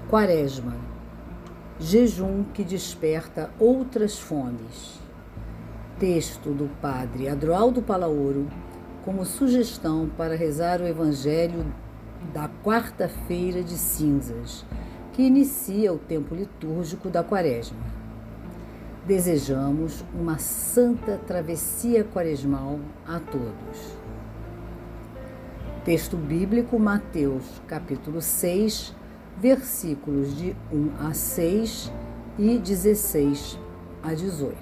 Quaresma, jejum que desperta outras fomes. Texto do padre Adroaldo Palaoro, como sugestão para rezar o Evangelho da quarta-feira de cinzas, que inicia o tempo litúrgico da Quaresma. Desejamos uma santa travessia quaresmal a todos. Texto bíblico, Mateus, capítulo 6, versículos de 1 a 6 e 16 a 18.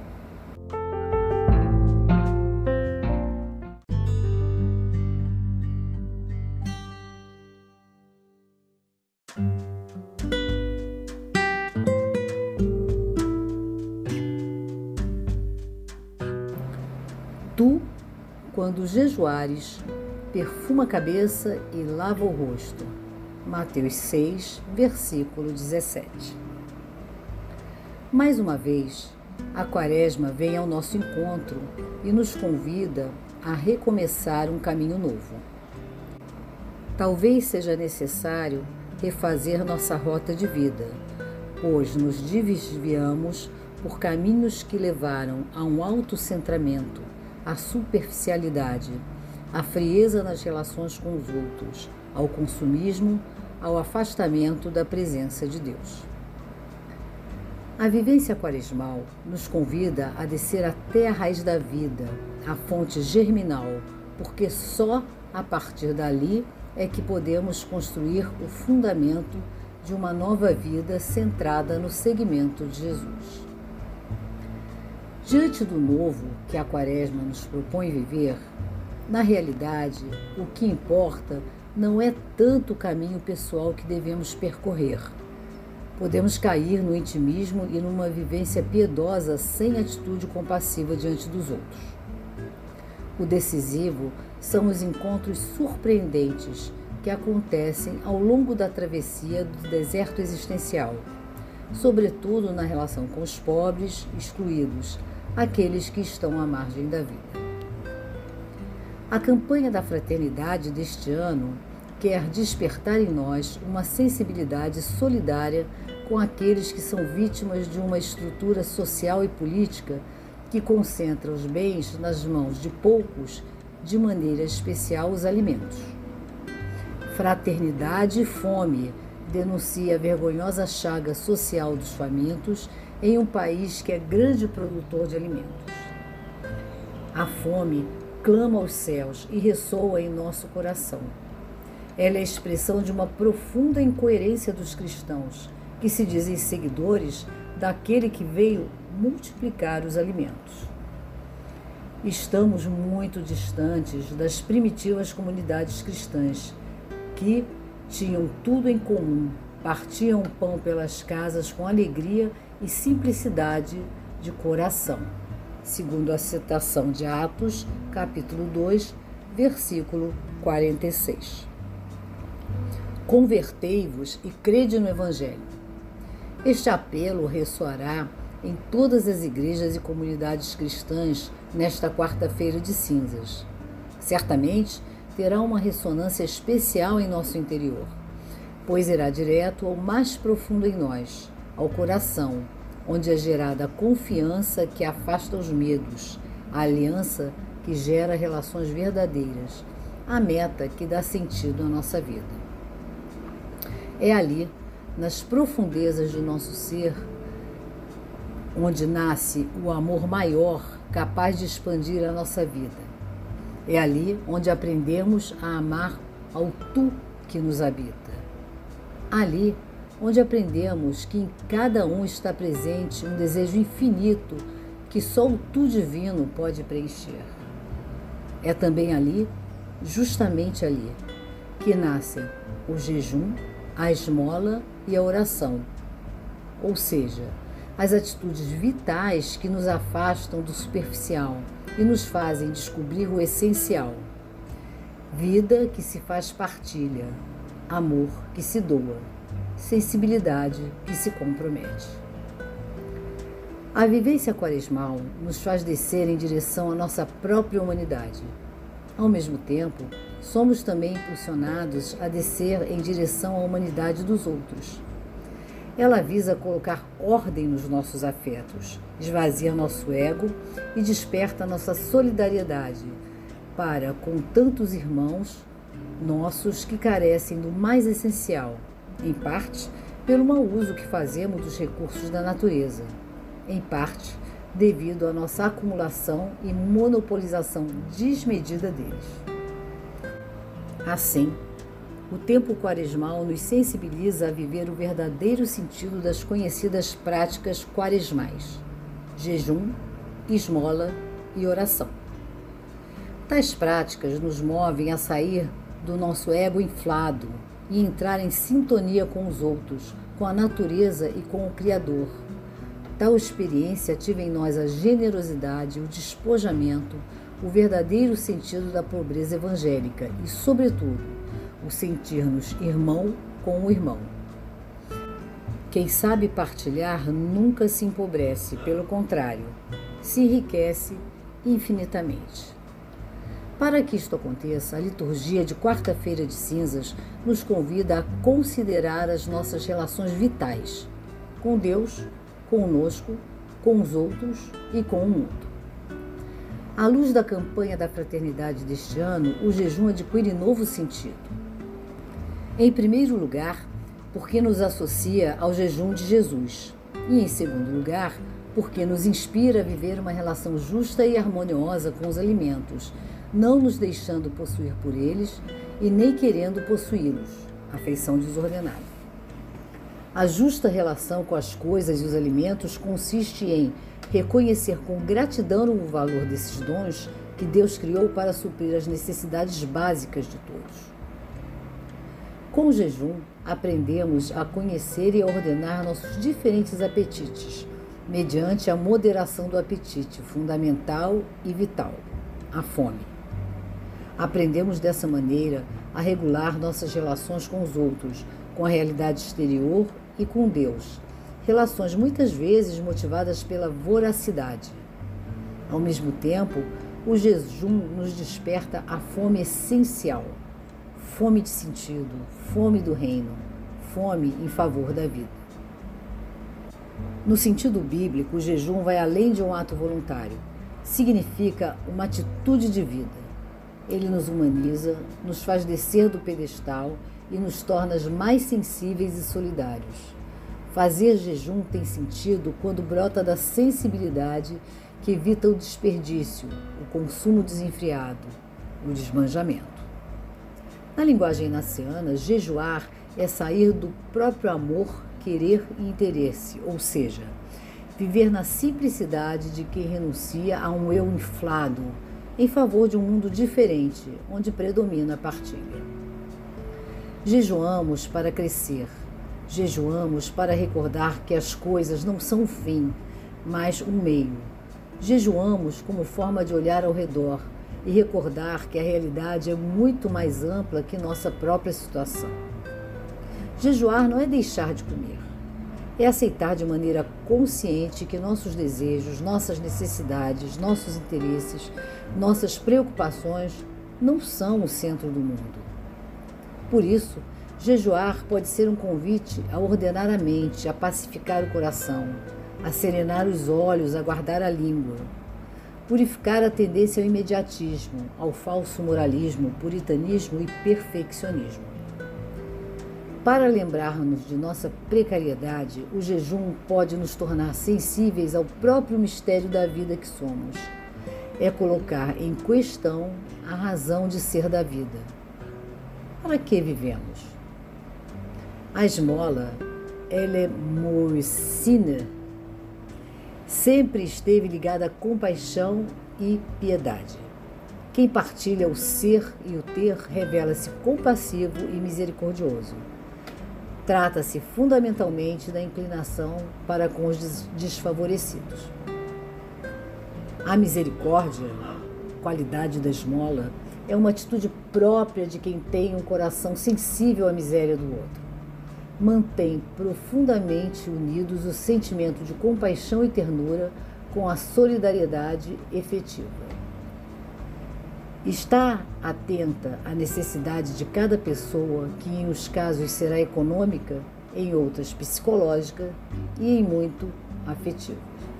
Tu, quando jejuares, perfuma a cabeça e lava o rosto. Mateus 6, versículo 17. Mais uma vez, a Quaresma vem ao nosso encontro e nos convida a recomeçar um caminho novo. Talvez seja necessário refazer nossa rota de vida, pois nos desviamos por caminhos que levaram a um autocentramento, à superficialidade, à frieza nas relações com os outros, ao consumismo, ao afastamento da presença de Deus. A vivência quaresmal nos convida a descer até a raiz da vida, a fonte germinal, porque só a partir dali é que podemos construir o fundamento de uma nova vida centrada no seguimento de Jesus. Diante do novo que a Quaresma nos propõe viver, na realidade, o que importa não é tanto o caminho pessoal que devemos percorrer. Podemos cair no intimismo e numa vivência piedosa sem atitude compassiva diante dos outros. O decisivo são os encontros surpreendentes que acontecem ao longo da travessia do deserto existencial, sobretudo na relação com os pobres, excluídos, aqueles que estão à margem da vida. A campanha da fraternidade deste ano quer despertar em nós uma sensibilidade solidária com aqueles que são vítimas de uma estrutura social e política que concentra os bens nas mãos de poucos, de maneira especial os alimentos. Fraternidade e fome denuncia a vergonhosa chaga social dos famintos em um país que é grande produtor de alimentos. A fome clama aos céus e ressoa em nosso coração. Ela é a expressão de uma profunda incoerência dos cristãos, que se dizem seguidores daquele que veio multiplicar os alimentos. Estamos muito distantes das primitivas comunidades cristãs, que tinham tudo em comum, partiam o pão pelas casas com alegria e simplicidade de coração, segundo a citação de Atos, capítulo 2, versículo 46. Convertei-vos e crede no Evangelho. Este apelo ressoará em todas as igrejas e comunidades cristãs nesta quarta-feira de cinzas. Certamente terá uma ressonância especial em nosso interior, pois irá direto ao mais profundo em nós, ao coração, onde é gerada a confiança que afasta os medos, a aliança que gera relações verdadeiras, a meta que dá sentido à nossa vida. É ali, nas profundezas do nosso ser, onde nasce o amor maior capaz de expandir a nossa vida. É ali onde aprendemos a amar ao Tu que nos habita. Ali onde aprendemos que em cada um está presente um desejo infinito que só o Tu divino pode preencher. É também ali, justamente ali, que nascem o jejum, a esmola e a oração, ou seja, as atitudes vitais que nos afastam do superficial e nos fazem descobrir o essencial. Vida que se faz partilha, amor que se doa, sensibilidade que se compromete. A vivência quaresmal nos faz descer em direção à nossa própria humanidade. Ao mesmo tempo, somos também impulsionados a descer em direção à humanidade dos outros. Ela visa colocar ordem nos nossos afetos, esvazia nosso ego e desperta nossa solidariedade para com tantos irmãos nossos que carecem do mais essencial, em parte pelo mau uso que fazemos dos recursos da natureza, em parte devido à nossa acumulação e monopolização desmedida deles. Assim, o tempo quaresmal nos sensibiliza a viver o verdadeiro sentido das conhecidas práticas quaresmais: jejum, esmola e oração. Tais práticas nos movem a sair do nosso ego inflado e entrar em sintonia com os outros, com a natureza e com o Criador. Tal experiência ativa em nós a generosidade, o despojamento, o verdadeiro sentido da pobreza evangélica e, sobretudo, o sentir-nos irmão com o irmão. Quem sabe partilhar nunca se empobrece, pelo contrário, se enriquece infinitamente. Para que isto aconteça, a liturgia de Quarta-feira de Cinzas nos convida a considerar as nossas relações vitais, com Deus, conosco, com os outros e com o mundo. À luz da campanha da fraternidade deste ano, o jejum adquire novo sentido. Em primeiro lugar, porque nos associa ao jejum de Jesus. E, em segundo lugar, porque nos inspira a viver uma relação justa e harmoniosa com os alimentos, não nos deixando possuir por eles e nem querendo possuí-los, afeição desordenada. A justa relação com as coisas e os alimentos consiste em reconhecer com gratidão o valor desses dons que Deus criou para suprir as necessidades básicas de todos. Com o jejum, aprendemos a conhecer e a ordenar nossos diferentes apetites, mediante a moderação do apetite, fundamental e vital, a fome. Aprendemos dessa maneira a regular nossas relações com os outros, com a realidade exterior e com Deus, relações muitas vezes motivadas pela voracidade. Ao mesmo tempo, o jejum nos desperta a fome essencial, fome de sentido, fome do reino, fome em favor da vida. No sentido bíblico, o jejum vai além de um ato voluntário. Significa uma atitude de vida. Ele nos humaniza, nos faz descer do pedestal e nos torna mais sensíveis e solidários. Fazer jejum tem sentido quando brota da sensibilidade que evita o desperdício, o consumo desenfreado, o desmanjamento. Na linguagem inaciana, jejuar é sair do próprio amor, querer e interesse, ou seja, viver na simplicidade de quem renuncia a um eu inflado em favor de um mundo diferente, onde predomina a partilha. Jejuamos para crescer, jejuamos para recordar que as coisas não são o fim, mas um meio. Jejuamos como forma de olhar ao redor e recordar que a realidade é muito mais ampla que nossa própria situação. Jejuar não é deixar de comer, é aceitar de maneira consciente que nossos desejos, nossas necessidades, nossos interesses, nossas preocupações não são o centro do mundo. Por isso, jejuar pode ser um convite a ordenar a mente, a pacificar o coração, a serenar os olhos, a guardar a língua, purificar a tendência ao imediatismo, ao falso moralismo, puritanismo e perfeccionismo. Para lembrarmos de nossa precariedade, o jejum pode nos tornar sensíveis ao próprio mistério da vida que somos. É colocar em questão a razão de ser da vida. Para que vivemos? A esmola, elemosina, sempre esteve ligada à compaixão e piedade. Quem partilha o ser e o ter revela-se compassivo e misericordioso. Trata-se fundamentalmente da inclinação para com os desfavorecidos. A misericórdia, qualidade da esmola, é uma atitude própria de quem tem um coração sensível à miséria do outro. Mantém profundamente unidos o sentimento de compaixão e ternura com a solidariedade efetiva. Está atenta à necessidade de cada pessoa, que em uns casos será econômica, em outras psicológica e em muito afetiva.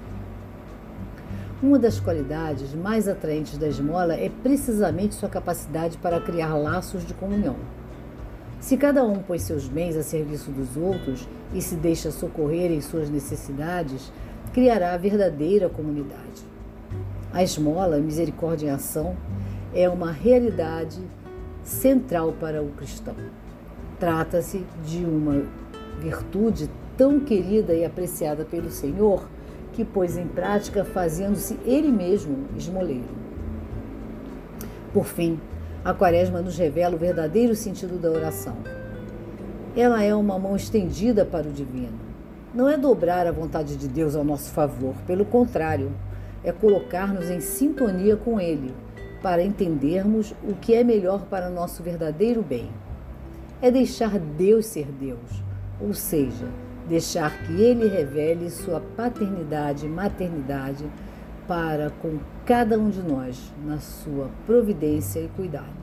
Uma das qualidades mais atraentes da esmola é precisamente sua capacidade para criar laços de comunhão. Se cada um põe seus bens a serviço dos outros e se deixa socorrer em suas necessidades, criará a verdadeira comunidade. A esmola, misericórdia em ação, é uma realidade central para o cristão. Trata-se de uma virtude tão querida e apreciada pelo Senhor que pôs em prática fazendo-se Ele mesmo esmoleiro. Por fim, a Quaresma nos revela o verdadeiro sentido da oração. Ela é uma mão estendida para o divino. Não é dobrar a vontade de Deus ao nosso favor, pelo contrário, é colocar-nos em sintonia com Ele, para entendermos o que é melhor para nosso verdadeiro bem. É deixar Deus ser Deus, ou seja, deixar que Ele revele sua paternidade e maternidade para com cada um de nós, na sua providência e cuidado.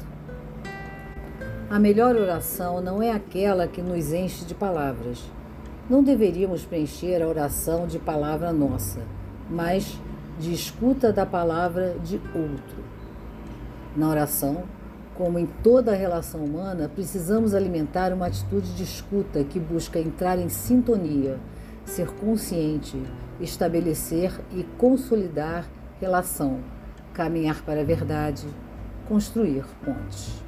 A melhor oração não é aquela que nos enche de palavras. Não deveríamos preencher a oração de palavra nossa, mas de escuta da palavra de outro. Na oração, como em toda a relação humana, precisamos alimentar uma atitude de escuta que busca entrar em sintonia, ser consciente, estabelecer e consolidar relação, caminhar para a verdade, construir pontes.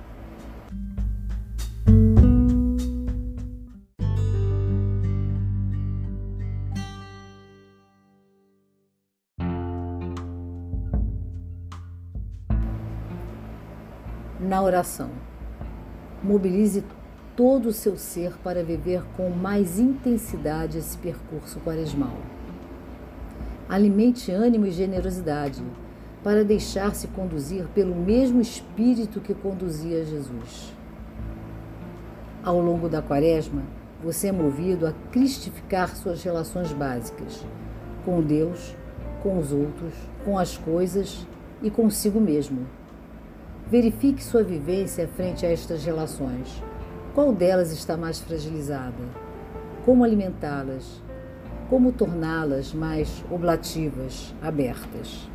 Na oração, mobilize todo o seu ser para viver com mais intensidade esse percurso quaresmal. Alimente ânimo e generosidade para deixar-se conduzir pelo mesmo Espírito que conduzia Jesus. Ao longo da Quaresma, você é movido a cristificar suas relações básicas com Deus, com os outros, com as coisas e consigo mesmo. Verifique sua vivência frente a estas relações. Qual delas está mais fragilizada? Como alimentá-las? Como torná-las mais oblativas, abertas?